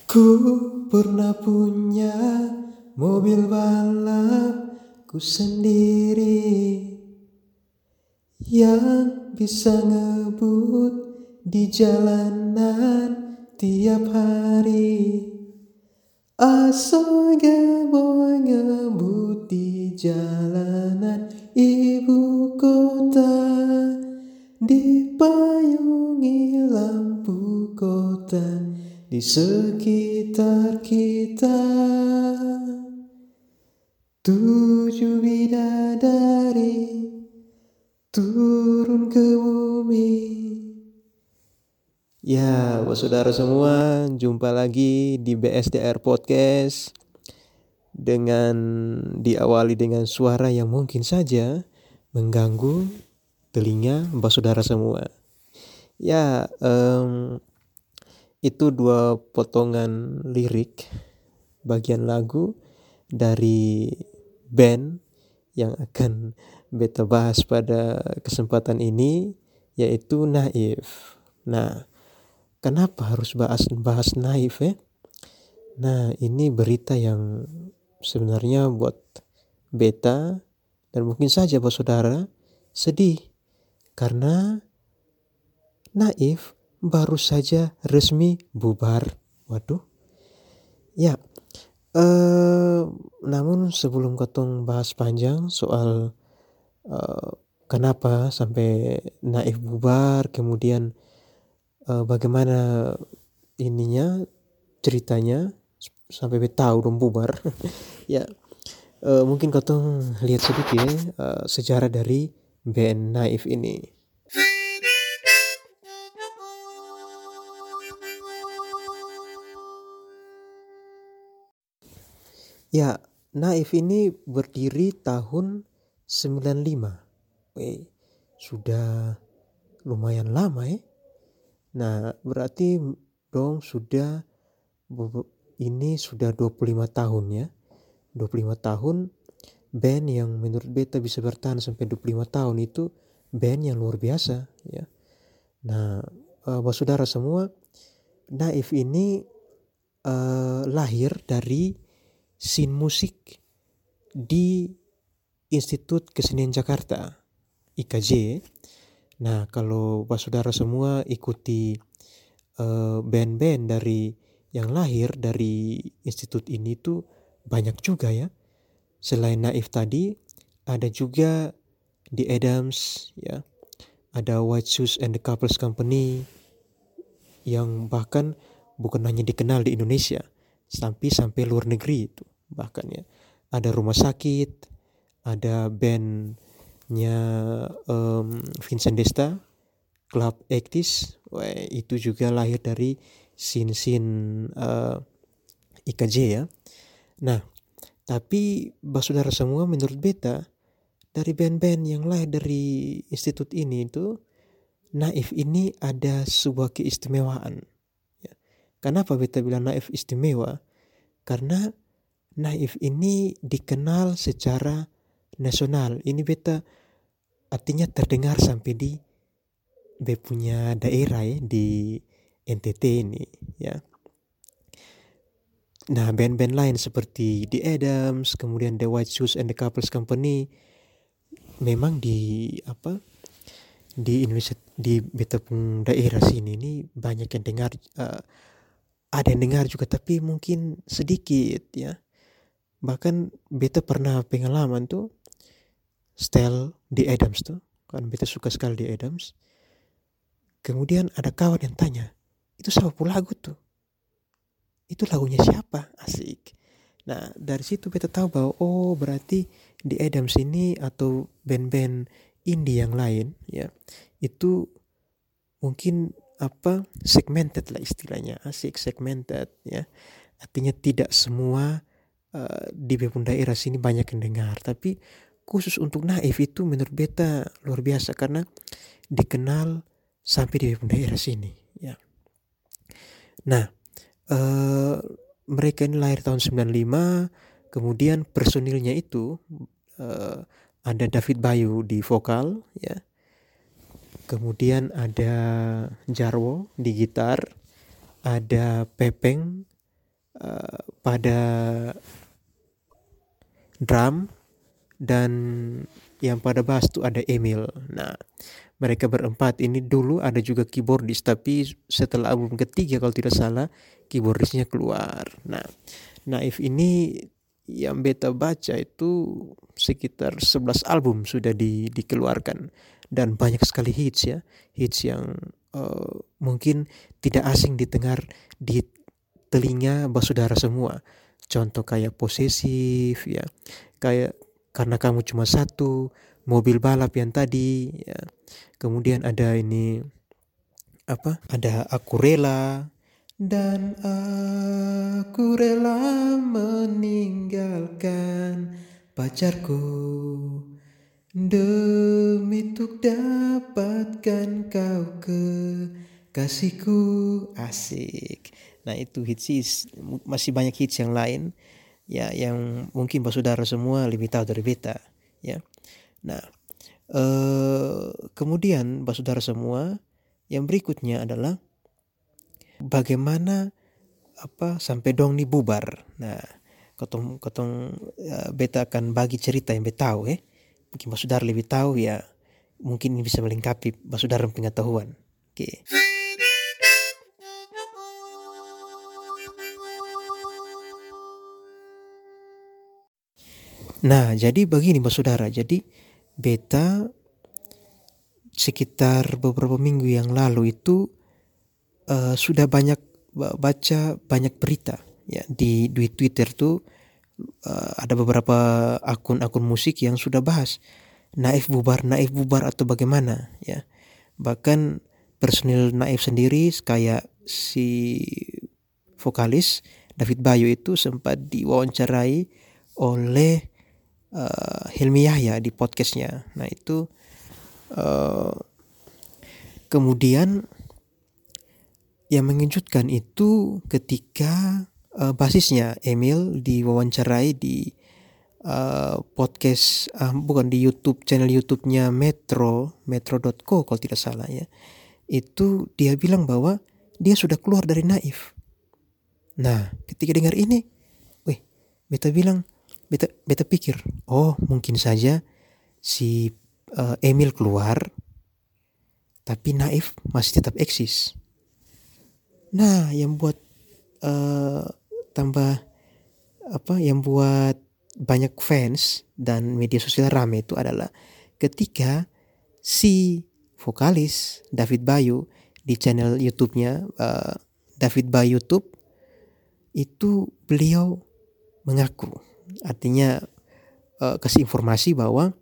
Ku pernah punya mobil balapku sendiri yang bisa ngebut di jalanan tiap hari. Asal boy ngebut di jalanan ibu kota, dipayungi lampu kota di sekitar kita. 7 bidadari turun ke bumi. Ya, saudara semua, jumpa lagi di BSDR Podcast dengan diawali dengan suara yang mungkin saja mengganggu telinga saudara semua. Ya, itu 2 potongan lirik bagian lagu dari band yang akan beta bahas pada kesempatan ini, yaitu Naif. Nah, kenapa harus bahas Naif ya? Nah, ini berita yang sebenarnya buat beta dan mungkin saja buat saudara sedih karena Naif baru saja resmi bubar. Waduh. Ya. Namun sebelum ketong bahas panjang soal kenapa sampai Naif bubar, kemudian bagaimana ininya ceritanya sampai tahu dong bubar. Ya, mungkin ketong lihat sedikit sejarah dari band Naif ini. Ya, Naif ini berdiri tahun 95. Sudah lumayan lama ya. Nah, berarti dong ini sudah 25 tahun ya. 25 tahun band yang menurut beta bisa bertahan sampai 25 tahun itu band yang luar biasa ya. Nah, saudara semua, Naif ini lahir dari scene musik di Institut Kesenian Jakarta, IKJ. Nah, kalau saudara semua ikuti band-band dari yang lahir dari institut ini tuh banyak juga ya. Selain Naif tadi, ada juga The Adams ya. Ada White Shoes and the Couples Company yang bahkan bukan hanya dikenal di Indonesia, sampai luar negeri itu bahkan ya. Ada Rumah Sakit, ada bandnya Vincent Desta, Club Actis, itu juga lahir dari scene IKJ ya. Nah, tapi saudara semua, menurut beta dari band-band yang lahir dari institut ini itu, Naif ini ada sebuah keistimewaan ya. Kenapa beta bilang Naif istimewa? Karena Naif ini dikenal secara nasional. Ini beta artinya terdengar sampai di punya daerah ya, di NTT ini ya. Nah, band-band lain seperti The Adams, kemudian The White Shoes and the Couples Company memang di Indonesia, di beta pun daerah sini ini banyak yang dengar, ada yang dengar juga tapi mungkin sedikit ya. Bahkan beta pernah pengalaman tuh style The Adams tuh, kan beta suka sekali The Adams. Kemudian ada kawan yang tanya, itu siapa lagu tuh? Itu lagunya siapa? Asik. Nah, dari situ beta tahu bahwa berarti The Adams ini atau band-band indie yang lain ya, itu mungkin segmented lah istilahnya, asik, segmented ya. Artinya tidak semua di daerah sini banyak yang dengar, tapi khusus untuk Naif itu menurut beta luar biasa karena dikenal sampai di daerah sini ya. Nah, mereka ini lahir tahun 95, kemudian personilnya itu ada David Bayu di vokal ya. Kemudian ada Jarwo di gitar, ada Pepeng pada drum, dan yang pada bass tuh ada Emil. Nah, mereka berempat ini dulu ada juga keyboardis, tapi setelah album ketiga kalau tidak salah keyboardisnya keluar. Nah, Naif ini yang beta baca itu sekitar 11 album sudah dikeluarkan, dan banyak sekali hits ya, hits yang mungkin tidak asing didengar di telinga basudara semua. Contoh kayak Posesif ya, kayak Karena Kamu Cuma Satu, Mobil Balap yang tadi ya. Kemudian ada ini ada Aku Rela, dan aku rela meninggalkan pacarku demi untuk dapatkan kau kekasihku. Asik. Nah itu hits, masih banyak hits yang lain ya, yang mungkin saudara semua lebih tahu dari beta ya. Nah kemudian saudara semua, yang berikutnya adalah bagaimana sampai dong nih bubar. Nah kotong beta akan bagi cerita yang beta tahu mungkin saudara lebih tahu ya, mungkin ini bisa melengkapi saudara pengetahuan. Oke. Nah jadi begini saudara, jadi beta sekitar beberapa minggu yang lalu itu sudah banyak baca banyak berita ya di Twitter tuh, ada beberapa akun-akun musik yang sudah bahas Naif bubar atau bagaimana ya. Bahkan personil Naif sendiri kayak si vokalis David Bayu itu sempat diwawancarai oleh Hilmi Yahya di podcastnya. Nah itu kemudian yang mengejutkan itu ketika basisnya Emil diwawancarai di podcast, bukan, di YouTube, channel YouTube-nya metro.co kalau tidak salah ya. Itu dia bilang bahwa dia sudah keluar dari Naif. Nah ketika dengar ini, beta pikir, oh mungkin saja si Emil keluar tapi Naif masih tetap eksis. Nah yang buat yang buat banyak fans dan media sosial rame itu adalah ketika si vokalis David Bayu di channel YouTube-nya David Bayu YouTube itu beliau mengaku, artinya kasih informasi bahwa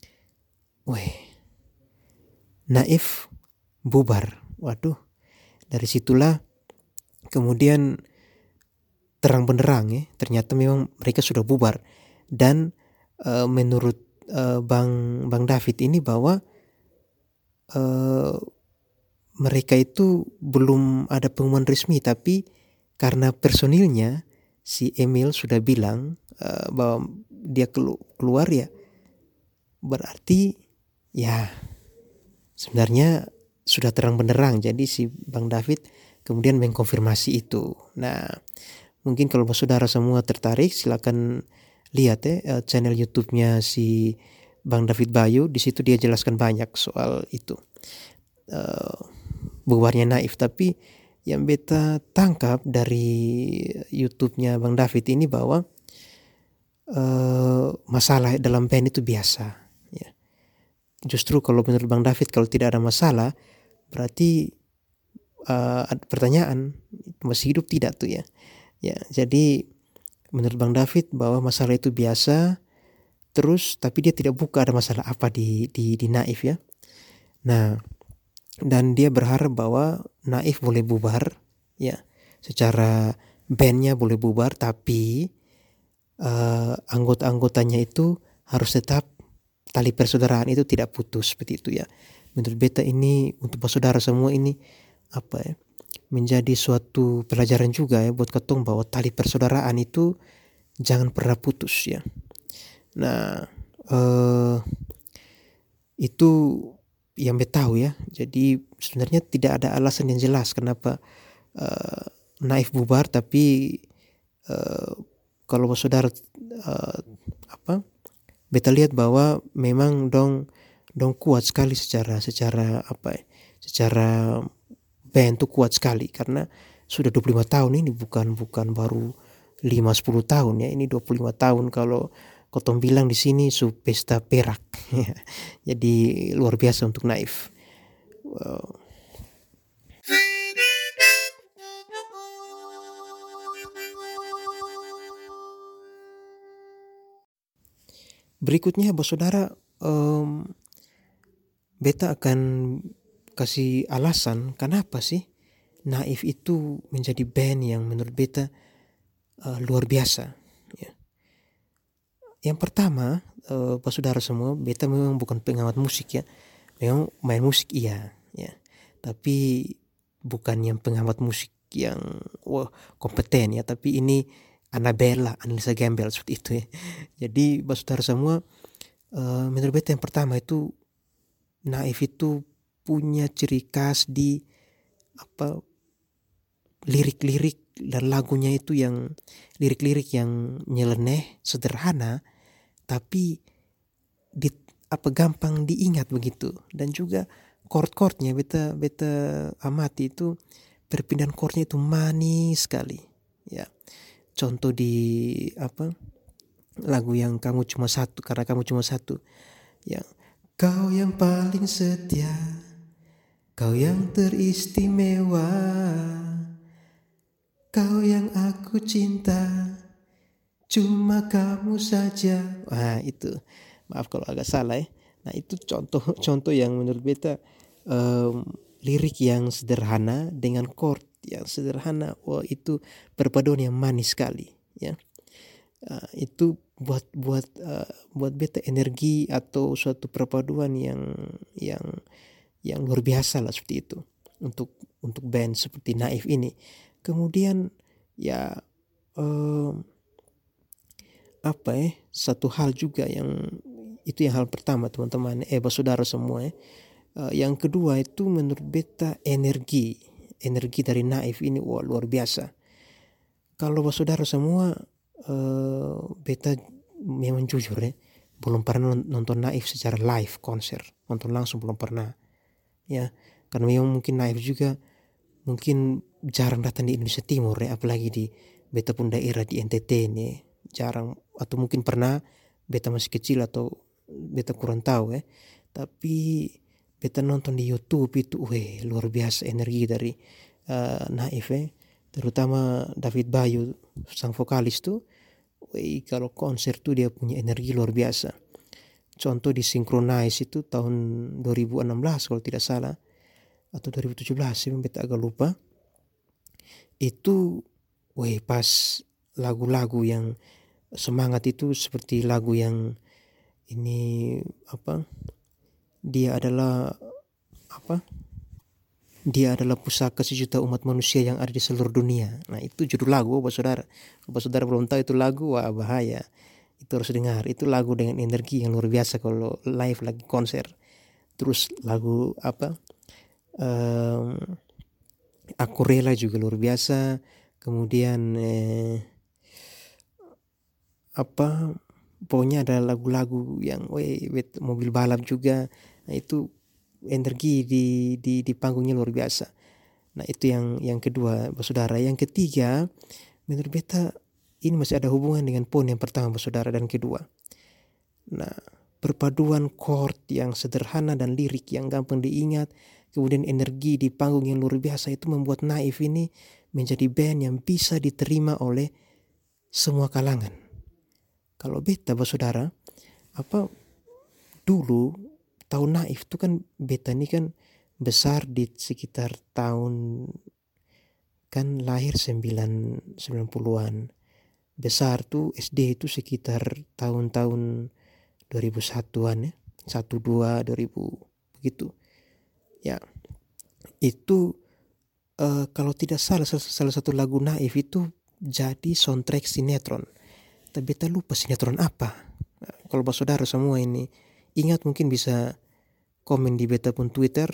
Naif bubar. Waduh, dari situlah kemudian terang benderang ternyata memang mereka sudah bubar. Dan menurut Bang David ini bahwa mereka itu belum ada pengumuman resmi, tapi karena personilnya si Emil sudah bilang bahwa dia keluar ya, berarti ya sebenarnya sudah terang benderang. Jadi si Bang David kemudian mengkonfirmasi itu. Nah mungkin kalau saudara semua tertarik, silakan lihat channel YouTube-nya si Bang David Bayu. Di situ dia jelaskan banyak soal itu bubarnya Naif. Tapi yang beta tangkap dari YouTube-nya Bang David ini bahwa masalah dalam band itu biasa ya. Justru kalau menurut Bang David, kalau tidak ada masalah berarti ada pertanyaan, masih hidup tidak tuh ya. Ya, jadi menurut Bang David bahwa masalah itu biasa terus, tapi dia tidak buka ada masalah apa di Naif ya. Nah, dan dia berharap bahwa Naif boleh bubar ya, secara bandnya boleh bubar, tapi anggota-anggotanya itu harus tetap tali persaudaraan itu tidak putus, seperti itu ya. Menurut beta ini untuk saudara semua ini menjadi suatu pelajaran juga ya buat ketong, bahwa tali persaudaraan itu jangan pernah putus ya. Nah itu yang beta tahu ya. Jadi sebenarnya tidak ada alasan yang jelas kenapa Naif bubar, tapi kalau saudara beta lihat bahwa memang dong kuat sekali secara secara band tuh kuat sekali, karena sudah 25 tahun ini, bukan baru 5-10 tahun ya, ini 25 tahun. Kalau Kotong bilang di sini su pesta perak. Jadi luar biasa untuk Naif. Berikutnya saudara, beta akan kasih alasan kenapa sih Naif itu menjadi band yang menurut beta luar biasa ya. Yang pertama, saudara semua, beta memang bukan pengamat musik ya. Memang main musik iya ya, tapi bukan yang pengamat musik yang kompeten ya, tapi ini Annabella, Annalisa Gembel seperti itu ya. Jadi saudara semua, menurut beta yang pertama itu Naif itu punya ciri khas di lirik-lirik dan lagunya itu, yang lirik-lirik yang nyeleneh, sederhana, tapi gampang diingat begitu. Dan juga chord-chordnya beta amati itu, perpindahan chordnya itu manis sekali ya. Contoh di lagu yang kamu cuma satu, karena kamu cuma satu, yang kau yang paling setia, kau yang teristimewa, kau yang aku cinta, cuma kamu saja. Wah itu, maaf kalau agak salah ya. Nah itu contoh yang menurut beta lirik yang sederhana dengan chord yang sederhana. Wah itu perpaduan yang manis sekali ya. Itu buat beta energi atau suatu perpaduan yang luar biasa lah seperti itu untuk band seperti Naif ini. Kemudian ya satu hal juga yang itu, yang hal pertama teman-teman, saudara semua ya. Yang kedua itu menurut beta energi dari Naif ini luar biasa. Kalau saudara semua, beta memang jujur ya, belum pernah nonton Naif secara live konser, nonton langsung belum pernah ya, karena memang mungkin Naif juga mungkin jarang datang di Indonesia Timur ya, apalagi di beta pun daerah di NTT nih jarang, atau mungkin pernah beta masih kecil atau beta kurang tahu ya. Tapi beta nonton di YouTube itu luar biasa energi dari Naif ya, terutama David Bayu sang vokalis tuh. Kalau konser tuh dia punya energi luar biasa. Contoh di Synchronize itu tahun 2016 kalau tidak salah, atau 2017 sih, beta agak lupa. Itu pas lagu-lagu yang semangat itu, seperti lagu yang ini dia adalah pusaka sejuta umat manusia yang ada di seluruh dunia. Nah itu judul lagu saudara. Kalau saudara belum tahu itu lagu, wah bahaya. Itu harus dengar. Itu lagu dengan energi yang luar biasa kalau live lagi konser. Terus lagu Aku Rela juga luar biasa. Kemudian pokoknya ada lagu-lagu yang mobil balap juga. Nah itu energi di panggungnya luar biasa. Nah itu yang kedua saudara. Yang ketiga menurut beta ini masih ada hubungan dengan poin yang pertama saudara dan kedua. Nah perpaduan chord yang sederhana dan lirik yang gampang diingat, kemudian energi di panggung yang luar biasa, itu membuat Naif ini menjadi band yang bisa diterima oleh semua kalangan. Kalau beta saudara, dulu tahun Naif itu kan beta ini kan besar di sekitar tahun, kan lahir 90-an. Besar tuh SD itu sekitar tahun-tahun 2001-an ya. 12 2000 begitu. Ya. Itu kalau tidak salah satu lagu Naif itu jadi soundtrack sinetron. Tapi beta lupa sinetron apa. Nah, kalau saudara semua ini ingat mungkin bisa komen di beta pun Twitter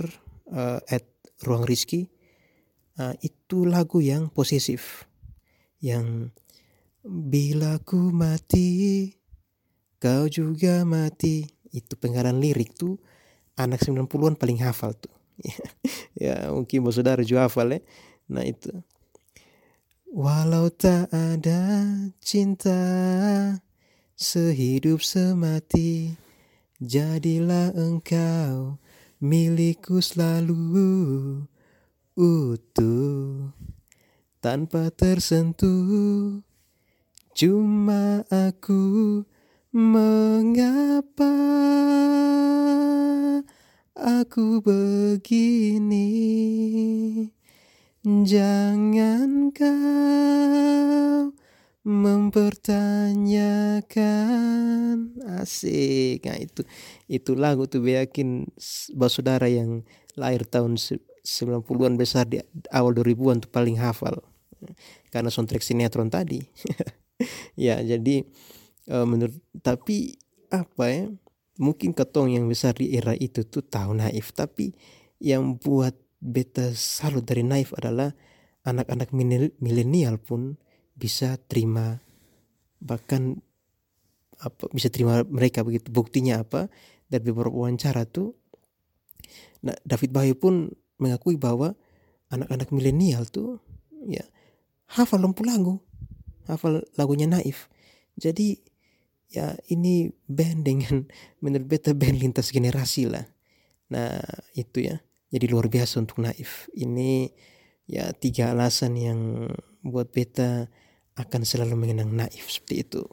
@ruangrizky. Itu lagu yang posesif, yang Bila ku mati, kau juga mati. Itu penggalan lirik tuh anak 90-an paling hafal tuh. Ya mungkin bos saudara juga hafal ya. Nah itu. Walau tak ada cinta sehidup semati, jadilah engkau milikku selalu utuh tanpa tersentuh. Cuma aku mengapa aku begini. Jangan kau mempertanyakan. Asik. Nah itu lagu tuh yakin saudara yang lahir tahun 90-an besar di awal 2000-an tuh paling hafal karena soundtrack sinetron tadi. Ya jadi menurut tapi apa ya, mungkin ketong yang besar di era itu tuh tahu Naif, tapi yang buat beta salut dari Naif adalah anak-anak milenial pun bisa terima, bahkan apa bisa terima mereka begitu. Buktinya apa? Dari beberapa wawancara tuh, nah, David Bayu pun mengakui bahwa anak-anak milenial tuh ya hafal lagu, hafal lagunya Naif. Jadi ya ini band dengan menurut beta band lintas generasi lah. Nah itu ya, jadi luar biasa untuk Naif. Ini ya 3 alasan yang buat beta akan selalu mengenang Naif seperti itu.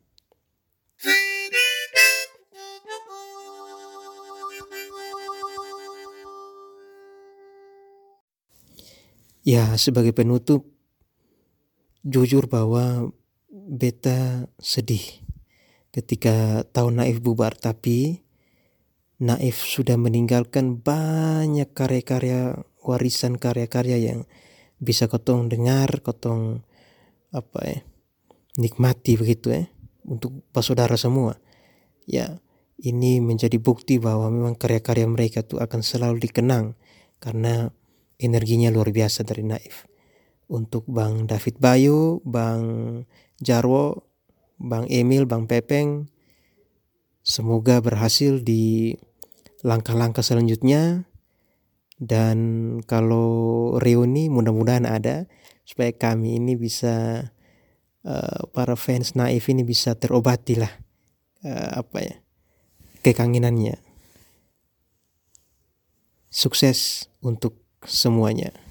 Ya sebagai penutup, jujur bahwa beta sedih ketika tahun Naif bubar, tapi Naif sudah meninggalkan banyak karya-karya, warisan karya-karya yang bisa kotong dengar, kotong apa ya, nikmati begitu ya, untuk saudara semua. Ya ini menjadi bukti bahwa memang karya-karya mereka tuh akan selalu dikenang karena energinya luar biasa dari Naif. Untuk Bang David Bayu, Bang Jarwo, Bang Emil, Bang Pepeng, semoga berhasil di langkah-langkah selanjutnya. Dan kalau reuni mudah-mudahan ada, supaya kami ini bisa para fans Naif ini bisa terobati lah apa ya, kekangenannya. Sukses untuk semuanya.